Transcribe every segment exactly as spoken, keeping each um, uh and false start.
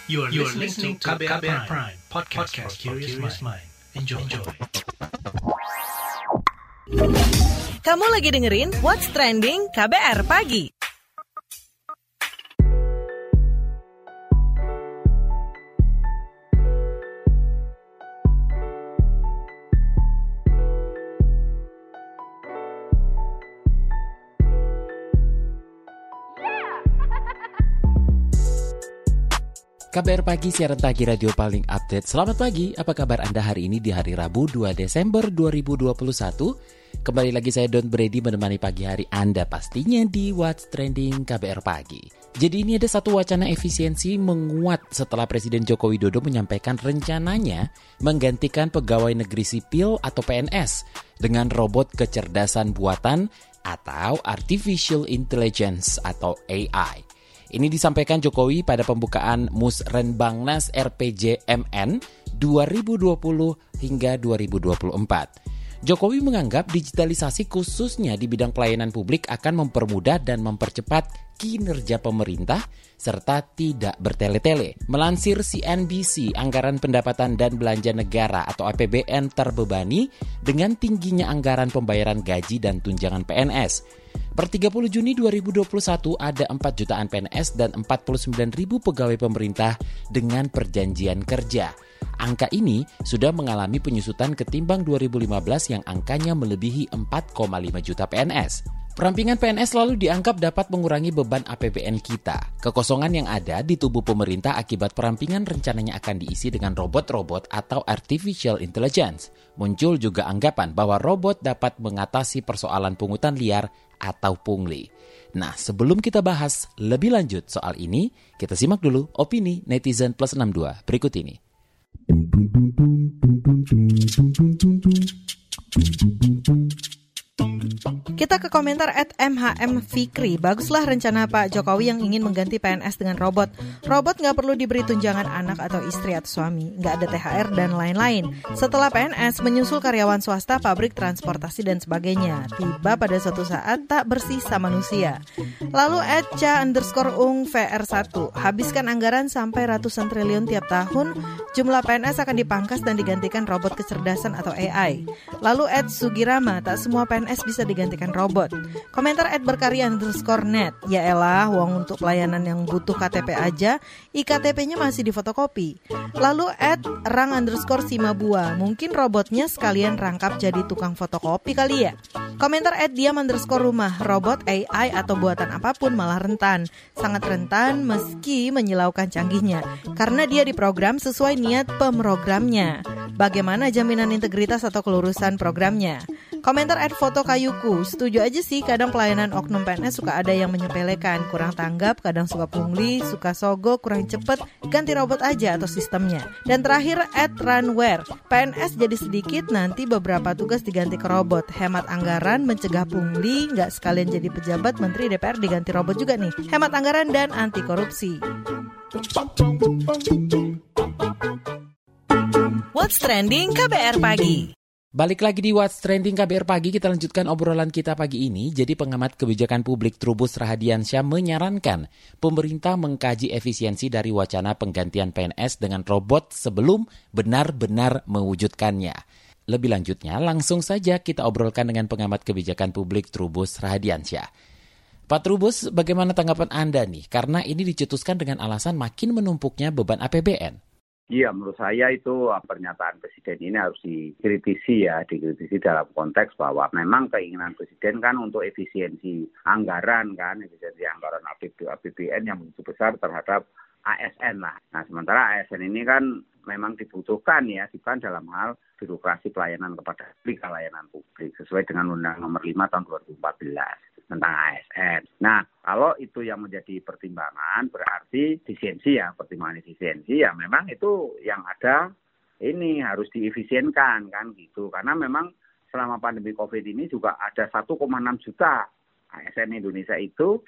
You are listening to K B R Prime, podcast for curious mind. Enjoy. Enjoy. Kamu lagi dengerin What's Trending K B R Pagi. K B R Pagi, siaran pagi radio paling update. Selamat pagi, apa kabar Anda hari ini di hari Rabu dua Desember dua ribu dua puluh satu? Kembali lagi saya Don Brady menemani pagi hari Anda pastinya di What's Trending K B R Pagi. Jadi ini ada satu wacana efisiensi menguat setelah Presiden Joko Widodo menyampaikan rencananya menggantikan pegawai negeri sipil atau P N S dengan robot kecerdasan buatan atau Artificial Intelligence atau A I. Ini disampaikan Jokowi pada pembukaan Musrenbangnas R P J M N dua ribu dua puluh hingga dua ribu dua puluh empat. Jokowi menganggap digitalisasi khususnya di bidang pelayanan publik akan mempermudah dan mempercepat kinerja pemerintah serta tidak bertele-tele. Melansir C N B C, anggaran pendapatan dan belanja negara atau A P B N terbebani dengan tingginya anggaran pembayaran gaji dan tunjangan P N S. Per tiga puluh Juni dua ribu dua puluh satu ada empat jutaan P N S dan empat puluh sembilan ribu pegawai pemerintah dengan perjanjian kerja. Angka ini sudah mengalami penyusutan ketimbang dua ribu lima belas yang angkanya melebihi empat koma lima juta P N S. Perampingan P N S selalu dianggap dapat mengurangi beban A P B N kita. Kekosongan yang ada di tubuh pemerintah akibat perampingan rencananya akan diisi dengan robot-robot atau Artificial Intelligence. Muncul juga anggapan bahwa robot dapat mengatasi persoalan pungutan liar atau pungli. Nah, sebelum kita bahas lebih lanjut soal ini, kita simak dulu opini netizen plus enam puluh dua berikut ini. Kita ke komentar at M H M Fikri. Baguslah rencana Pak Jokowi yang ingin mengganti P N S dengan robot. Robot nggak perlu diberi tunjangan anak atau istri atau suami, nggak ada T H R dan lain-lain. Setelah P N S menyusul karyawan swasta, pabrik, transportasi dan sebagainya. Tiba pada suatu saat tak bersisa manusia. Lalu at ca underscore ung V R satu. Habiskan anggaran sampai ratusan triliun tiap tahun, jumlah P N S akan dipangkas dan digantikan robot kecerdasan atau A I. Lalu at Sugirama, tak semua P N S bisa digantikan robot. Komentar at berkarya underscore net. Ya elah, wong untuk pelayanan yang butuh K T P aja, I K T P-nya masih difotokopi. Lalu at rang underscore simabua. Mungkin robotnya sekalian rangkap jadi tukang fotokopi kali ya. Komentar at diam underscore rumah. Robot, A I atau buatan apapun malah rentan. Sangat rentan meski menyilaukan canggihnya. Karena dia diprogram sesuai niat pemrogramnya. Bagaimana jaminan integritas atau kelurusan programnya? Komentar at foto kayuku. Setuju aja sih, kadang pelayanan oknum P N S suka ada yang menyepelekan, kurang tanggap, kadang suka pungli, suka sogok, kurang cepet, ganti robot aja atau sistemnya. Dan terakhir at runware. P N S jadi sedikit, nanti beberapa tugas diganti ke robot. Hemat anggaran, mencegah pungli, nggak sekalian jadi pejabat, menteri, D P R diganti robot juga nih. Hemat anggaran dan anti korupsi. What's Trending K B R Pagi. Balik lagi di What's Trending K B R Pagi, kita lanjutkan obrolan kita pagi ini. Jadi pengamat kebijakan publik Trubus Rahadiansyah menyarankan pemerintah mengkaji efisiensi dari wacana penggantian P N S dengan robot sebelum benar-benar mewujudkannya. Lebih lanjutnya, langsung saja kita obrolkan dengan pengamat kebijakan publik Trubus Rahadiansyah. Pak Trubus, bagaimana tanggapan Anda nih? Karena ini dicetuskan dengan alasan makin menumpuknya beban A P B N. Iya, menurut saya itu pernyataan Presiden ini harus dikritisi ya, dikritisi dalam konteks bahwa memang keinginan Presiden kan untuk efisiensi anggaran kan, efisiensi anggaran A P B N yang begitu besar terhadap A S N lah. Nah, sementara A S N ini kan memang dibutuhkan ya, bukan dalam hal birokrasi pelayanan kepada publik, layanan publik, sesuai dengan Undang Nomor lima Tahun dua ribu empat belas tentang A S N. Nah, kalau itu yang menjadi pertimbangan, berarti efisiensi ya, pertimbangan efisiensi ya memang itu yang ada ini harus diefisienkan kan gitu. Karena memang selama pandemi COVID ini juga ada satu koma enam juta A S N Indonesia itu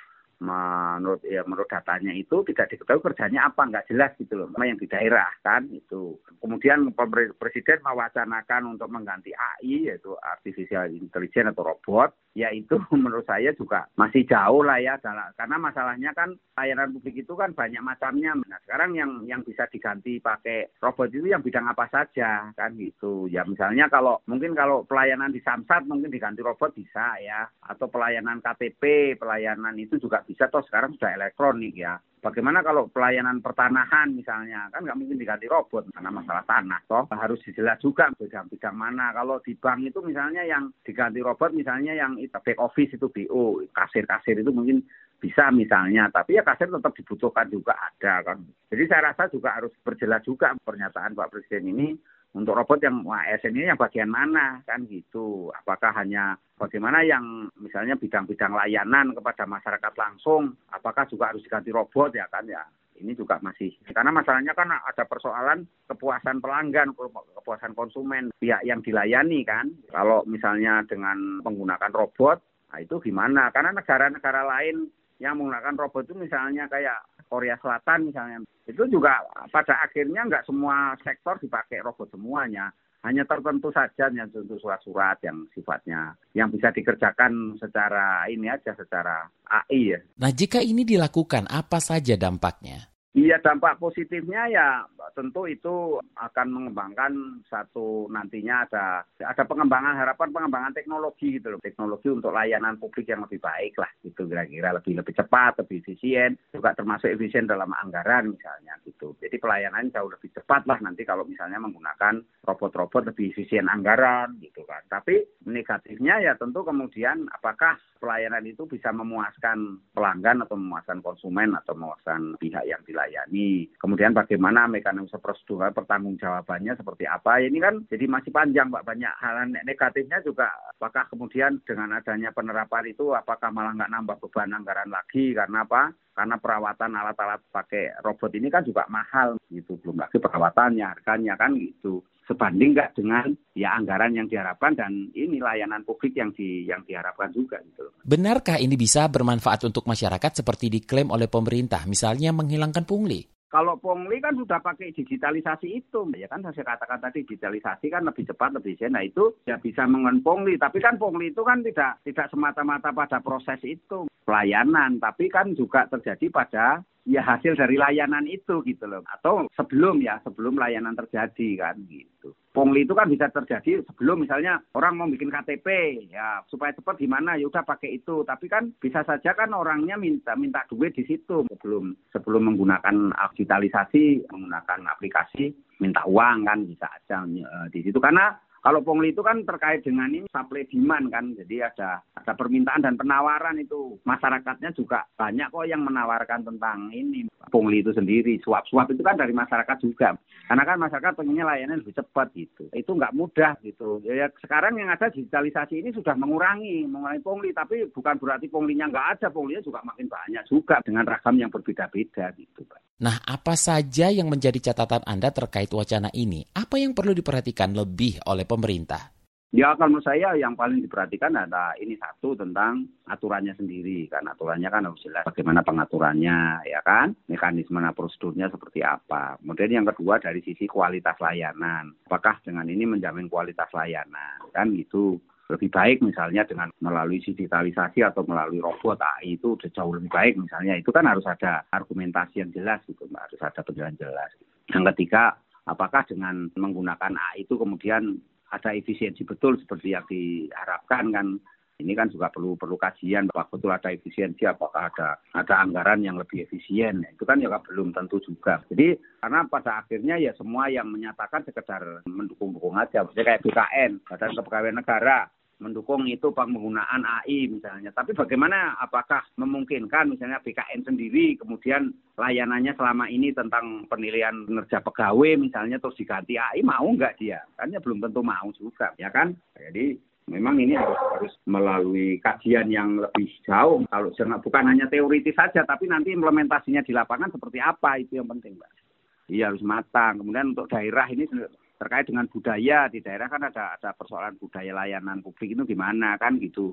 menurut ya menurut datanya itu tidak diketahui kerjanya apa, nggak jelas gitu loh, yang di daerah kan itu. Kemudian Presiden mewacanakan untuk mengganti A I, yaitu Artificial Intelligence atau robot, yaitu menurut saya juga masih jauh lah ya, karena masalahnya kan layanan publik itu kan banyak macamnya. Nah sekarang yang yang bisa diganti pakai robot itu yang bidang apa saja kan gitu. Ya misalnya kalau mungkin kalau pelayanan di Samsat mungkin diganti robot bisa ya, atau pelayanan K T P, pelayanan itu juga bisa, toh sekarang sudah elektronik ya. Bagaimana kalau pelayanan pertanahan misalnya, kan nggak mungkin diganti robot karena masalah tanah, toh harus dijelas juga bidang-bidang mana. Kalau di bank itu misalnya yang diganti robot misalnya yang back office itu B O, kasir-kasir itu mungkin bisa misalnya, tapi ya kasir tetap dibutuhkan juga ada kan. Jadi saya rasa juga harus berjelas juga pernyataan Pak Presiden ini. Untuk robot yang A S N ini yang bagian mana kan gitu. Apakah hanya bagaimana yang misalnya bidang-bidang layanan kepada masyarakat langsung, apakah juga harus diganti robot ya kan ya. Ini juga masih, karena masalahnya kan ada persoalan kepuasan pelanggan, kepuasan konsumen, pihak yang dilayani kan. Kalau misalnya dengan menggunakan robot, nah itu gimana? Karena negara-negara lain yang menggunakan robot itu misalnya kayak Korea Selatan misalnya, itu juga pada akhirnya nggak semua sektor dipakai robot semuanya. Hanya tertentu saja yang untuk surat-surat yang sifatnya yang bisa dikerjakan secara ini aja, secara A I ya. Nah jika ini dilakukan, apa saja dampaknya? Iya, dampak positifnya ya tentu itu akan mengembangkan satu, nantinya ada ada pengembangan, harapan pengembangan teknologi gitu loh. Teknologi untuk layanan publik yang lebih baik lah gitu, kira-kira lebih lebih cepat, lebih efisien, juga termasuk efisien dalam anggaran misalnya gitu. Jadi pelayanan jauh lebih cepat lah nanti kalau misalnya menggunakan robot-robot, lebih efisien anggaran gitu kan. Tapi negatifnya ya tentu kemudian apakah pelayanan itu bisa memuaskan pelanggan atau memuaskan konsumen atau memuaskan pihak yang dilayani. Yani. Kemudian bagaimana mekanisme prosedural pertanggungjawabannya seperti apa. Ini kan jadi masih panjang Pak, banyak hal negatifnya juga. Apakah kemudian dengan adanya penerapan itu apakah malah nggak nambah beban anggaran lagi, karena apa? Karena perawatan alat-alat pakai robot ini kan juga mahal gitu, belum lagi perawatannya, harganya kan gitu. Sebanding nggak dengan ya anggaran yang diharapkan dan ini layanan publik yang di yang diharapkan juga gitu. Benarkah ini bisa bermanfaat untuk masyarakat seperti diklaim oleh pemerintah, misalnya menghilangkan pungli? Kalau pungli kan sudah pakai digitalisasi itu, ya kan saya katakan tadi digitalisasi kan lebih cepat, lebih efisien. Nah itu ya bisa mengen pungli, tapi kan pungli itu kan tidak tidak semata-mata pada proses itu pelayanan, tapi kan juga terjadi pada ya hasil dari layanan itu gitu loh. Atau sebelum ya, sebelum layanan terjadi kan gitu. Pungli itu kan bisa terjadi sebelum misalnya orang mau bikin K T P ya supaya cepat gimana ya udah pakai itu, tapi kan bisa saja kan orangnya minta minta duit di situ sebelum sebelum menggunakan digitalisasi, menggunakan aplikasi minta uang kan bisa aja uh, di situ. Karena kalau pungli itu kan terkait dengan ini supply demand kan, jadi ada ada permintaan dan penawaran itu. Masyarakatnya juga banyak kok yang menawarkan tentang ini pungli itu sendiri, suap-suap itu kan dari masyarakat juga. Karena kan masyarakat pengennya layanan lebih cepat gitu. Itu nggak mudah gitu. Ya sekarang yang ada digitalisasi ini sudah mengurangi, mengurangi pungli, tapi bukan berarti punglinya nggak ada, punglinya juga makin banyak juga dengan ragam yang berbeda-beda gitu, Pak. Nah, apa saja yang menjadi catatan Anda terkait wacana ini? Apa yang perlu diperhatikan lebih oleh pemerintah? Ya, kalau menurut saya yang paling diperhatikan adalah ini satu tentang aturannya sendiri. Kan aturannya kan harus jelas bagaimana pengaturannya, ya kan? Mekanisme prosedurnya seperti apa. Kemudian yang kedua dari sisi kualitas layanan. Apakah dengan ini menjamin kualitas layanan? Kan gitu. Lebih baik misalnya dengan melalui digitalisasi atau melalui robot A I itu udah jauh lebih baik misalnya. Itu kan harus ada argumentasi yang jelas gitu, Mbak. Harus ada penjelasan jelas. Yang ketiga, apakah dengan menggunakan A I itu kemudian ada efisiensi betul seperti yang diharapkan kan? Ini kan juga perlu perlu kajian bahwa betul ada efisiensi, apakah ada ada anggaran yang lebih efisien. Itu kan juga belum tentu juga. Jadi karena pada akhirnya ya semua yang menyatakan sekedar mendukung-dukung aja. Misalnya kayak B K N, Badan Kepegawaian Negara, mendukung itu penggunaan A I misalnya. Tapi bagaimana apakah memungkinkan misalnya B K N sendiri kemudian layanannya selama ini tentang penilaian kinerja pegawai misalnya terus diganti A I, mau nggak dia? Kan ya belum tentu mau juga, ya kan? Jadi memang ini harus harus melalui kajian yang lebih jauh. Kalau jangan bukan hanya teoritis saja, tapi nanti implementasinya di lapangan seperti apa, itu yang penting, Mbak. Iya harus matang. Kemudian untuk daerah ini terkait dengan budaya, di daerah kan ada ada persoalan budaya layanan publik itu gimana kan gitu.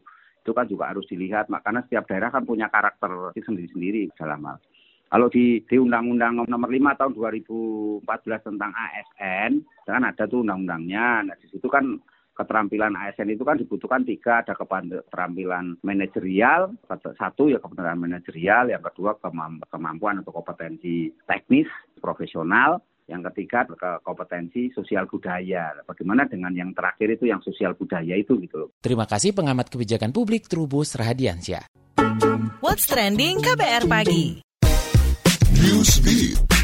Itu kan juga harus dilihat, makanya setiap daerah kan punya karakter sendiri-sendiri dalam hal. Kalau di, di Undang-Undang Nomor lima tahun dua ribu empat belas tentang A S N, kan ada tuh undang-undangnya. Nah, di situ kan keterampilan A S N itu kan dibutuhkan tiga, ada keterampilan manajerial, satu ya keterampilan manajerial, yang kedua kemampuan atau kompetensi teknis, profesional, yang ketiga ke kompetensi sosial budaya. Bagaimana dengan yang terakhir itu yang sosial budaya itu gitu loh. Terima kasih pengamat kebijakan publik Trubus Rahadiansyah. What's Trending K B R Pagi. Newsbeat.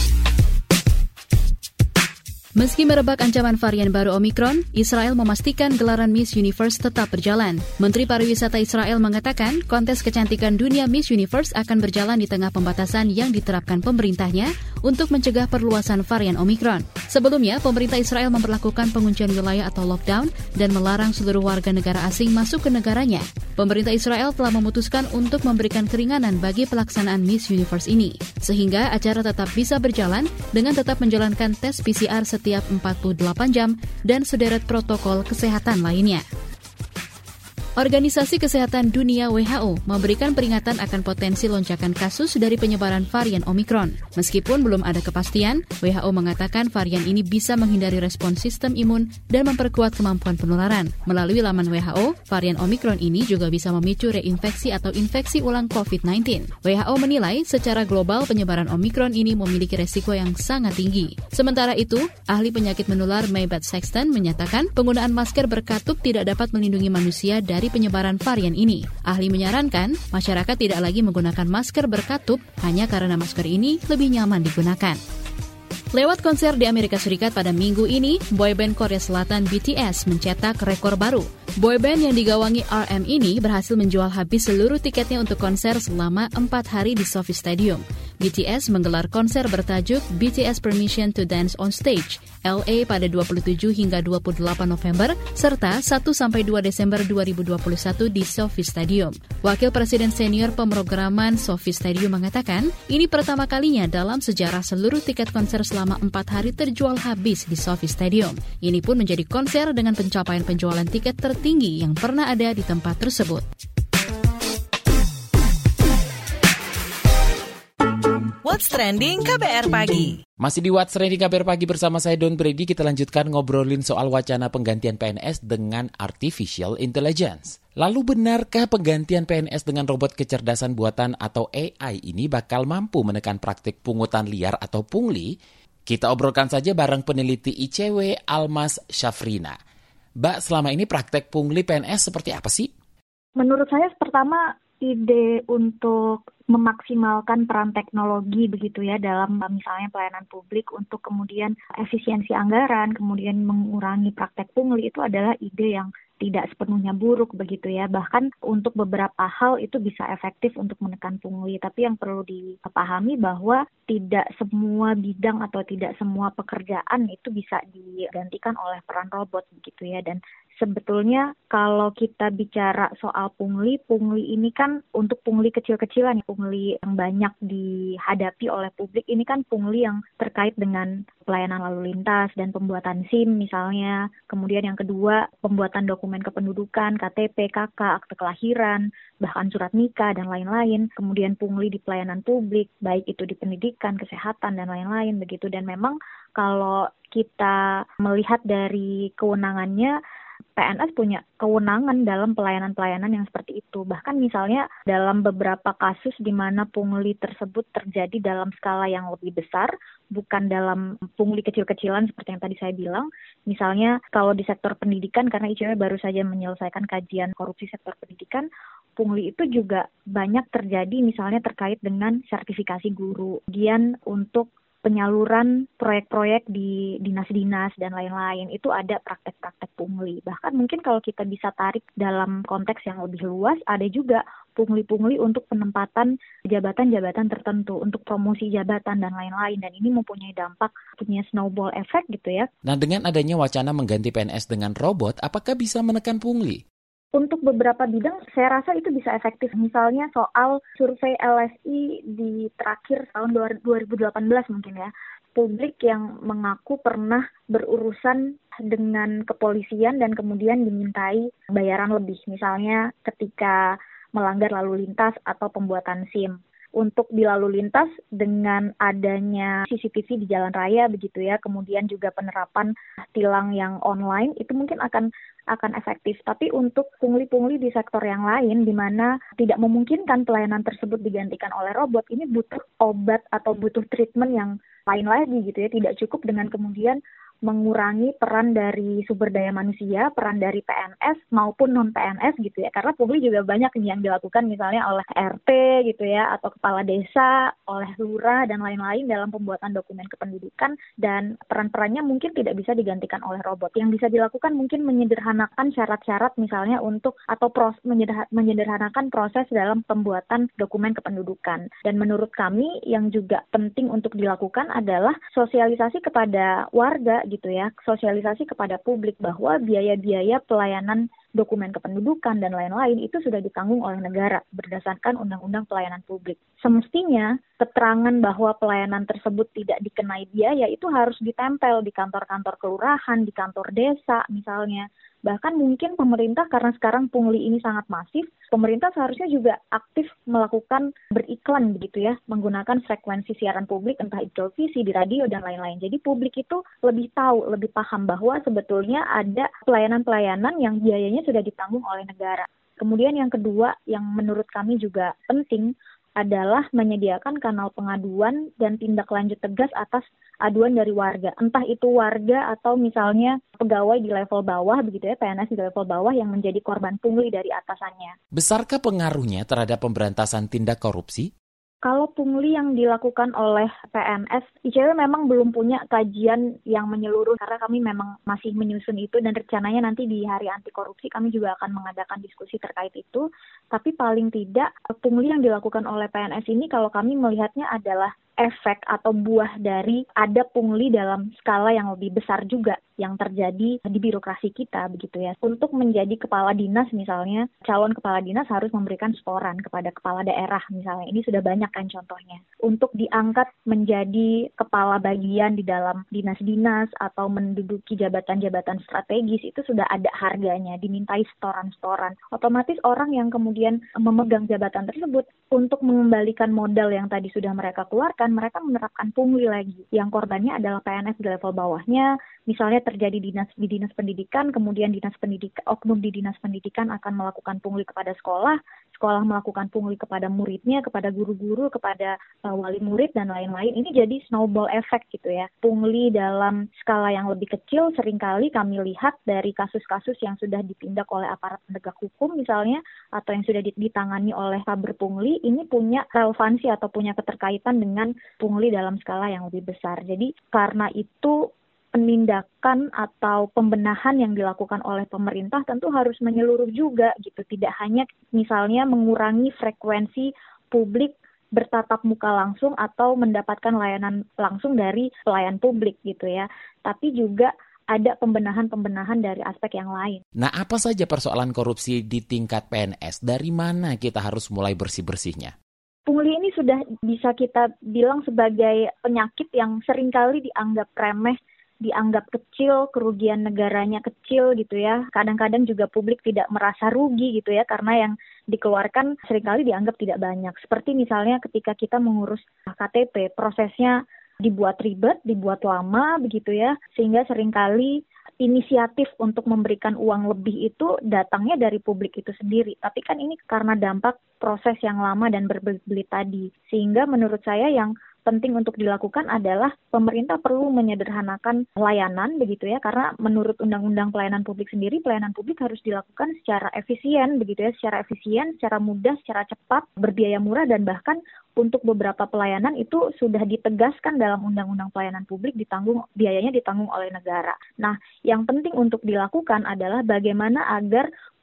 Meski merebak ancaman varian baru Omicron, Israel memastikan gelaran Miss Universe tetap berjalan. Menteri Pariwisata Israel mengatakan kontes kecantikan dunia Miss Universe akan berjalan di tengah pembatasan yang diterapkan pemerintahnya untuk mencegah perluasan varian Omicron. Sebelumnya, pemerintah Israel memperlakukan penguncian wilayah atau lockdown dan melarang seluruh warga negara asing masuk ke negaranya. Pemerintah Israel telah memutuskan untuk memberikan keringanan bagi pelaksanaan Miss Universe ini, sehingga acara tetap bisa berjalan dengan tetap menjalankan tes P C R setiap empat puluh delapan jam dan sederet protokol kesehatan lainnya. Organisasi Kesehatan Dunia W H O memberikan peringatan akan potensi lonjakan kasus dari penyebaran varian Omicron. Meskipun belum ada kepastian, W H O mengatakan varian ini bisa menghindari respon sistem imun dan memperkuat kemampuan penularan. Melalui laman W H O, varian Omicron ini juga bisa memicu reinfeksi atau infeksi ulang covid sembilan belas. W H O menilai secara global penyebaran Omicron ini memiliki resiko yang sangat tinggi. Sementara itu, ahli penyakit menular Maybeth Sexton menyatakan penggunaan masker berkatup tidak dapat melindungi manusia dari penyebaran varian ini. Ahli menyarankan masyarakat tidak lagi menggunakan masker berkatup hanya karena masker ini lebih nyaman digunakan. Lewat konser di Amerika Serikat pada minggu ini, boyband Korea Selatan B T S mencetak rekor baru. Boyband yang digawangi R M ini berhasil menjual habis seluruh tiketnya untuk konser selama empat hari di SoFi Stadium. B T S menggelar konser bertajuk B T S Permission to Dance on Stage, L A pada dua puluh tujuh hingga dua puluh delapan November, serta satu sampai dua Desember dua ribu dua puluh satu di SoFi Stadium. Wakil Presiden Senior Pemrograman SoFi Stadium mengatakan, ini pertama kalinya dalam sejarah seluruh tiket konser selama empat hari terjual habis di SoFi Stadium. Ini pun menjadi konser dengan pencapaian penjualan tiket tertinggi yang pernah ada di tempat tersebut. What's Trending K B R Pagi. Masih di What's Trending K B R Pagi bersama saya Don Brady, kita lanjutkan ngobrolin soal wacana penggantian P N S dengan Artificial Intelligence. Lalu benarkah penggantian P N S dengan robot kecerdasan buatan atau A I ini bakal mampu menekan praktik pungutan liar atau pungli? Kita obrolkan saja bareng peneliti I C W Almas Syafrina. Mbak, selama ini praktek pungli P N S seperti apa sih? Menurut saya pertama ide untuk memaksimalkan peran teknologi begitu ya dalam misalnya pelayanan publik untuk kemudian efisiensi anggaran, kemudian mengurangi praktek pungli itu adalah ide yang tidak sepenuhnya buruk begitu ya. Bahkan untuk beberapa hal itu bisa efektif untuk menekan pungli. Tapi yang perlu dipahami bahwa tidak semua bidang atau tidak semua pekerjaan itu bisa digantikan oleh peran robot begitu ya. Dan sebetulnya kalau kita bicara soal pungli, pungli ini kan untuk pungli kecil-kecilan, pungli yang banyak dihadapi oleh publik, ini kan pungli yang terkait dengan pelayanan lalu lintas dan pembuatan SIM misalnya. Kemudian yang kedua, pembuatan dokumen kependudukan, K T P, K K, akte kelahiran, bahkan surat nikah dan lain-lain. Kemudian pungli di pelayanan publik, baik itu di pendidikan, kesehatan, dan lain-lain begitu. Dan memang kalau kita melihat dari kewenangannya, P N S punya kewenangan dalam pelayanan-pelayanan yang seperti itu. Bahkan misalnya dalam beberapa kasus di mana pungli tersebut terjadi dalam skala yang lebih besar, bukan dalam pungli kecil-kecilan seperti yang tadi saya bilang. Misalnya kalau di sektor pendidikan, karena I C W baru saja menyelesaikan kajian korupsi sektor pendidikan, pungli itu juga banyak terjadi misalnya terkait dengan sertifikasi guru. Kemudian untuk penyaluran proyek-proyek di dinas-dinas dan lain-lain, itu ada praktek-praktek pungli. Bahkan mungkin kalau kita bisa tarik dalam konteks yang lebih luas, ada juga pungli-pungli untuk penempatan jabatan-jabatan tertentu, untuk promosi jabatan dan lain-lain. Dan ini mempunyai dampak, punya snowball effect gitu ya. Nah, dengan adanya wacana mengganti P N S dengan robot, apakah bisa menekan pungli? Untuk beberapa bidang, saya rasa itu bisa efektif. Misalnya soal survei L S I di terakhir tahun dua ribu delapan belas mungkin ya. Publik yang mengaku pernah berurusan dengan kepolisian dan kemudian dimintai bayaran lebih. Misalnya ketika melanggar lalu lintas atau pembuatan SIM. Untuk di lalu lintas dengan adanya C C T V di jalan raya begitu ya, kemudian juga penerapan tilang yang online itu mungkin akan akan efektif. Tapi untuk pungli-pungli di sektor yang lain di mana tidak memungkinkan pelayanan tersebut digantikan oleh robot, ini butuh obat atau butuh treatment yang lain lagi gitu ya. Tidak cukup dengan kemudian mengurangi peran dari sumber daya manusia, peran dari P N S maupun non P N S gitu ya. Karena pungli juga banyak yang dilakukan misalnya oleh R T gitu ya, atau kepala desa, oleh lurah dan lain-lain dalam pembuatan dokumen kependudukan, dan peran-perannya mungkin tidak bisa digantikan oleh robot. Yang bisa dilakukan mungkin menyederhanakan syarat-syarat misalnya untuk atau pros, menyederhanakan proses dalam pembuatan dokumen kependudukan. Dan menurut kami yang juga penting untuk dilakukan adalah sosialisasi kepada warga gitu ya, sosialisasi kepada publik bahwa biaya-biaya pelayanan dokumen kependudukan dan lain-lain itu sudah ditanggung oleh negara berdasarkan Undang-Undang Pelayanan Publik. Semestinya keterangan bahwa pelayanan tersebut tidak dikenai biaya itu harus ditempel di kantor-kantor kelurahan, di kantor desa misalnya. Bahkan mungkin pemerintah, karena sekarang pungli ini sangat masif, pemerintah seharusnya juga aktif melakukan beriklan begitu ya, menggunakan frekuensi siaran publik, entah di televisi, di radio, dan lain-lain. Jadi publik itu lebih tahu, lebih paham bahwa sebetulnya ada pelayanan-pelayanan yang biayanya sudah ditanggung oleh negara. Kemudian yang kedua, yang menurut kami juga penting, adalah menyediakan kanal pengaduan dan tindak lanjut tegas atas aduan dari warga. Entah itu warga atau misalnya pegawai di level bawah, begitu ya, P N S di level bawah yang menjadi korban pungli dari atasannya. Besarkah pengaruhnya terhadap pemberantasan tindak korupsi? Kalau pungli yang dilakukan oleh P N S, I C W memang belum punya kajian yang menyeluruh karena kami memang masih menyusun itu, dan rencananya nanti di Hari Anti Korupsi kami juga akan mengadakan diskusi terkait itu. Tapi paling tidak pungli yang dilakukan oleh P N S ini kalau kami melihatnya adalah efek atau buah dari ada pungli dalam skala yang lebih besar juga yang terjadi di birokrasi kita begitu ya. Untuk menjadi kepala dinas misalnya, calon kepala dinas harus memberikan setoran kepada kepala daerah misalnya. Ini sudah banyak kan contohnya. Untuk diangkat menjadi kepala bagian di dalam dinas-dinas atau menduduki jabatan-jabatan strategis itu sudah ada harganya, dimintai setoran-setoran. Otomatis orang yang kemudian memegang jabatan tersebut untuk mengembalikan modal yang tadi sudah mereka keluarkan, mereka menerapkan pungli lagi. Yang korbannya adalah P N S di level bawahnya. Misalnya terjadi dinas di dinas pendidikan, kemudian dinas pendidikan, oknum di dinas pendidikan akan melakukan pungli kepada sekolah, sekolah melakukan pungli kepada muridnya, kepada guru-guru, kepada uh, wali murid dan lain-lain. Ini jadi snowball effect gitu ya. Pungli dalam skala yang lebih kecil seringkali kami lihat dari kasus-kasus yang sudah ditindak oleh aparat penegak hukum misalnya, atau yang sudah ditangani oleh saber pungli, ini punya relevansi atau punya keterkaitan dengan pungli dalam skala yang lebih besar. Jadi karena itu penindakan atau pembenahan yang dilakukan oleh pemerintah tentu harus menyeluruh juga gitu. Tidak hanya misalnya mengurangi frekuensi publik bertatap muka langsung atau mendapatkan layanan langsung dari pelayan publik gitu ya. Tapi juga ada pembenahan-pembenahan dari aspek yang lain. Nah, apa saja persoalan korupsi di tingkat P N S? Dari mana kita harus mulai bersih-bersihnya? Pungli ini sudah bisa kita bilang sebagai penyakit yang seringkali dianggap remeh, dianggap kecil, kerugian negaranya kecil gitu ya. Kadang-kadang juga publik tidak merasa rugi gitu ya, karena yang dikeluarkan seringkali dianggap tidak banyak. Seperti misalnya ketika kita mengurus K T P, prosesnya dibuat ribet, dibuat lama begitu ya, sehingga seringkali inisiatif untuk memberikan uang lebih itu datangnya dari publik itu sendiri. Tapi kan ini karena dampak proses yang lama dan berbelit-belit tadi. Sehingga menurut saya yang penting untuk dilakukan adalah pemerintah perlu menyederhanakan layanan begitu ya, karena menurut Undang-Undang Pelayanan Publik sendiri, pelayanan publik harus dilakukan secara efisien begitu ya, secara efisien, secara mudah, secara cepat, berbiaya murah, dan bahkan untuk beberapa pelayanan itu sudah ditegaskan dalam Undang-Undang Pelayanan Publik ditanggung biayanya ditanggung oleh negara. Nah, yang penting untuk dilakukan adalah bagaimana agar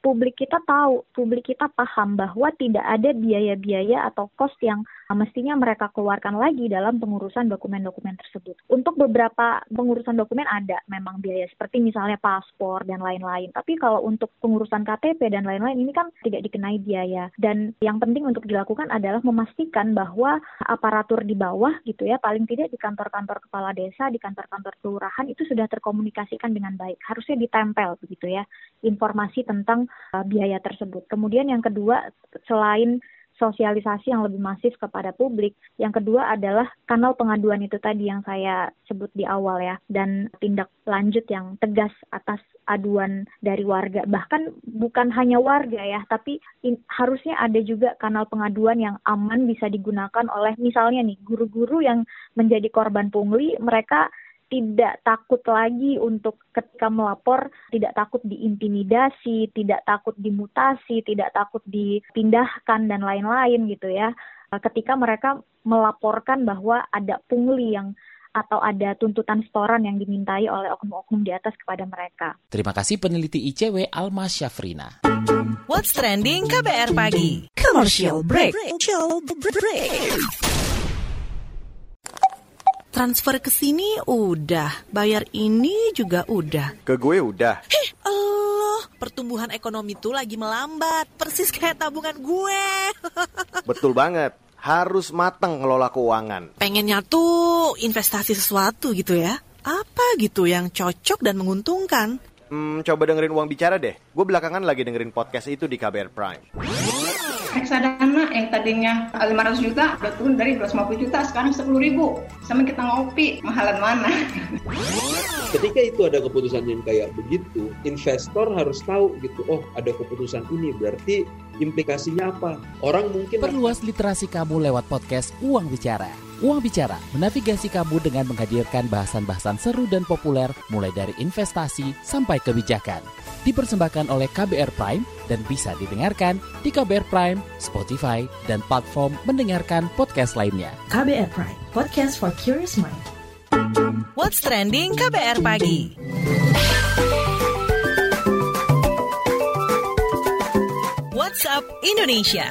publik kita tahu, publik kita paham bahwa tidak ada biaya-biaya atau cost yang mestinya mereka keluarkan lagi dalam pengurusan dokumen-dokumen tersebut. Untuk beberapa pengurusan dokumen ada memang biaya, seperti misalnya paspor dan lain-lain. Tapi kalau untuk pengurusan K T P dan lain-lain ini kan tidak dikenai biaya. Dan yang penting untuk dilakukan adalah memastikan bahwa aparatur di bawah gitu ya, paling tidak di kantor-kantor kepala desa, di kantor-kantor kelurahan itu sudah terkomunikasikan dengan baik. Harusnya ditempel begitu ya, informasi tentang uh, biaya tersebut. Kemudian yang kedua, selain sosialisasi yang lebih masif kepada publik, yang kedua adalah kanal pengaduan itu tadi yang saya sebut di awal ya, dan tindak lanjut yang tegas atas aduan dari warga. Bahkan bukan hanya warga ya, tapi in, harusnya ada juga kanal pengaduan yang aman bisa digunakan oleh misalnya nih guru-guru yang menjadi korban pungli, mereka tidak takut lagi untuk ketika melapor, tidak takut diintimidasi, tidak takut dimutasi, tidak takut dipindahkan dan lain-lain gitu ya. Ketika mereka melaporkan bahwa ada pungli yang atau ada tuntutan setoran yang dimintai oleh oknum-oknum di atas kepada mereka. Terima kasih peneliti I C W Alma Syafrina. What's Trending K B R Pagi. Commercial break. Commercial break. Transfer ke sini udah, bayar ini juga udah. Ke gue udah. Heh, Allah, pertumbuhan ekonomi tuh lagi melambat, persis kayak tabungan gue. Betul banget, harus matang ngelola keuangan. Pengennya tuh investasi sesuatu gitu ya. Apa gitu yang cocok dan menguntungkan? Hmm, coba dengerin Uang Bicara deh. Gue belakangan lagi dengerin podcast itu di K B R Prime. Reksadana yang tadinya lima ratus juta udah turun dari dua ratus lima puluh juta, sekarang sepuluh ribu. Sama kita ngopi, mahalan mana? Ketika itu ada keputusan yang kayak begitu, investor harus tahu gitu, oh ada keputusan ini, berarti implikasinya apa? Orang mungkin... Perluas literasi kamu lewat podcast Uang Bicara. Uang Bicara menavigasi kamu dengan menghadirkan bahasan-bahasan seru dan populer mulai dari investasi sampai kebijakan. Dipersembahkan oleh K B R Prime dan bisa didengarkan di K B R Prime, Spotify, dan platform mendengarkan podcast lainnya. K B R Prime, podcast for curious mind. What's Trending K B R Pagi. What's Up Indonesia.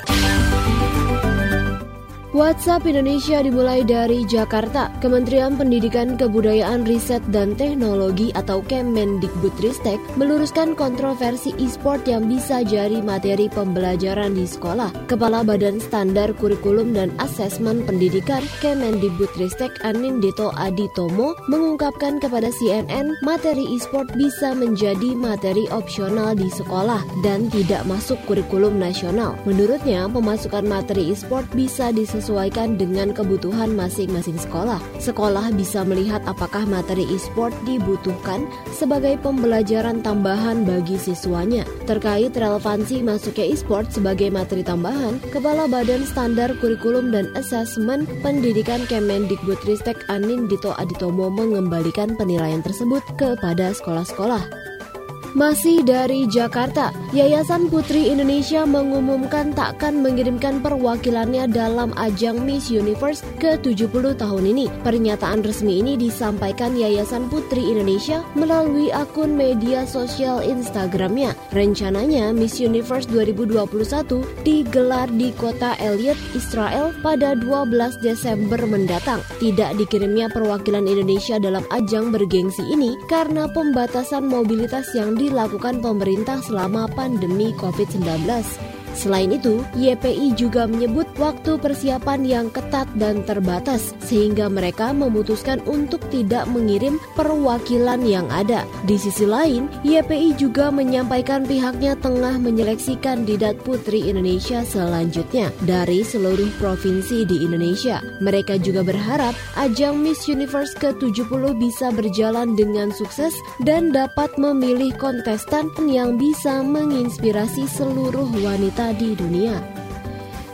WhatsApp Indonesia dimulai dari Jakarta. Kementerian Pendidikan, Kebudayaan, Riset, dan Teknologi atau Kemendikbudristek meluruskan kontroversi e-sport yang bisa jadi materi pembelajaran di sekolah. Kepala Badan Standar Kurikulum dan Asesmen Pendidikan Kemendikbudristek Anindito Aditomo mengungkapkan kepada C N N materi e-sport bisa menjadi materi opsional di sekolah dan tidak masuk kurikulum nasional. Menurutnya, pemasukan materi e-sport bisa disesuaikan Sesuaikan dengan kebutuhan masing-masing sekolah. Sekolah bisa melihat apakah materi e-sport dibutuhkan sebagai pembelajaran tambahan bagi siswanya. Terkait relevansi masuknya e-sport sebagai materi tambahan, Kepala Badan Standar Kurikulum dan Asesmen Pendidikan Kemendikbudristek Anindito Aditomo mengembalikan penilaian tersebut kepada sekolah-sekolah. Masih dari Jakarta, Yayasan Putri Indonesia mengumumkan takkan mengirimkan perwakilannya dalam ajang Miss Universe ke tujuh puluh tahun ini. Pernyataan resmi ini disampaikan Yayasan Putri Indonesia melalui akun media sosial Instagramnya. Rencananya Miss Universe dua ribu dua puluh satu digelar di kota Eilat, Israel pada dua belas Desember mendatang. Tidak dikirimnya perwakilan Indonesia dalam ajang bergengsi ini karena pembatasan mobilitas yang dilakukan pemerintah selama pandemi covid sembilan belas. Selain itu, Y P I juga menyebut waktu persiapan yang ketat dan terbatas, sehingga mereka memutuskan untuk tidak mengirim perwakilan yang ada. Di sisi lain, Y P I juga menyampaikan pihaknya tengah menyeleksi kandidat Putri Indonesia selanjutnya dari seluruh provinsi di Indonesia. Mereka juga berharap ajang Miss Universe ke tujuh puluh bisa berjalan dengan sukses dan dapat memilih kontestan yang bisa menginspirasi seluruh wanita di dunia.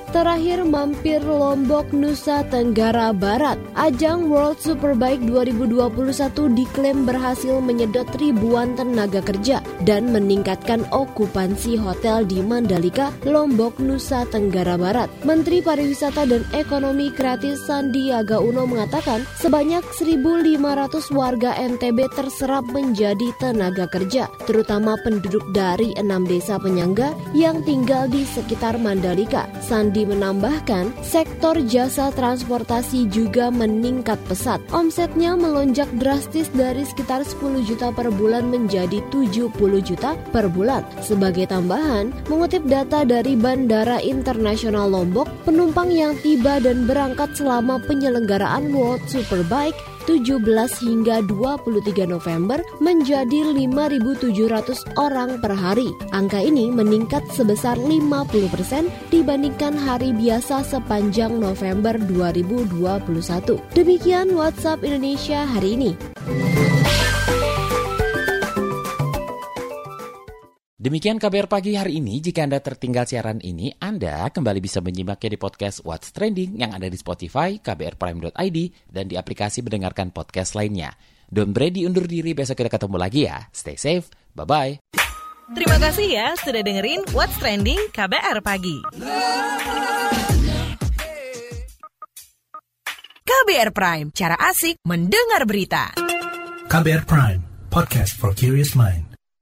Terakhir mampir Lombok, Nusa Tenggara Barat. Ajang World Superbike dua ribu dua puluh satu diklaim berhasil menyedot ribuan tenaga kerja dan meningkatkan okupansi hotel di Mandalika, Lombok, Nusa Tenggara Barat. Menteri Pariwisata dan Ekonomi Kreatif Sandiaga Uno mengatakan sebanyak seribu lima ratus warga N T B terserap menjadi tenaga kerja, terutama penduduk dari enam desa penyangga yang tinggal di sekitar Mandalika. Sandi menambahkan, sektor jasa transportasi juga meningkat pesat. Omsetnya melonjak drastis dari sekitar sepuluh juta per bulan menjadi tujuh puluh juta per bulan. Sebagai tambahan, mengutip data dari Bandara Internasional Lombok, penumpang yang tiba dan berangkat selama penyelenggaraan World Superbike tujuh belas hingga dua puluh tiga November menjadi lima ribu tujuh ratus orang per hari. Angka ini meningkat sebesar lima puluh persen dibandingkan hari biasa sepanjang November dua ribu dua puluh satu. Demikian WhatsApp Indonesia hari ini. Demikian K B R Pagi hari ini. Jika Anda tertinggal siaran ini, Anda kembali bisa menyimaknya di podcast What's Trending yang ada di Spotify, k b r prime dot i d, dan di aplikasi mendengarkan podcast lainnya. Don Brady undur diri, besok kita ketemu lagi ya. Stay safe, bye-bye. Terima kasih ya sudah dengerin What's Trending K B R Pagi. K B R Prime, cara asik mendengar berita. K B R Prime, podcast for curious mind.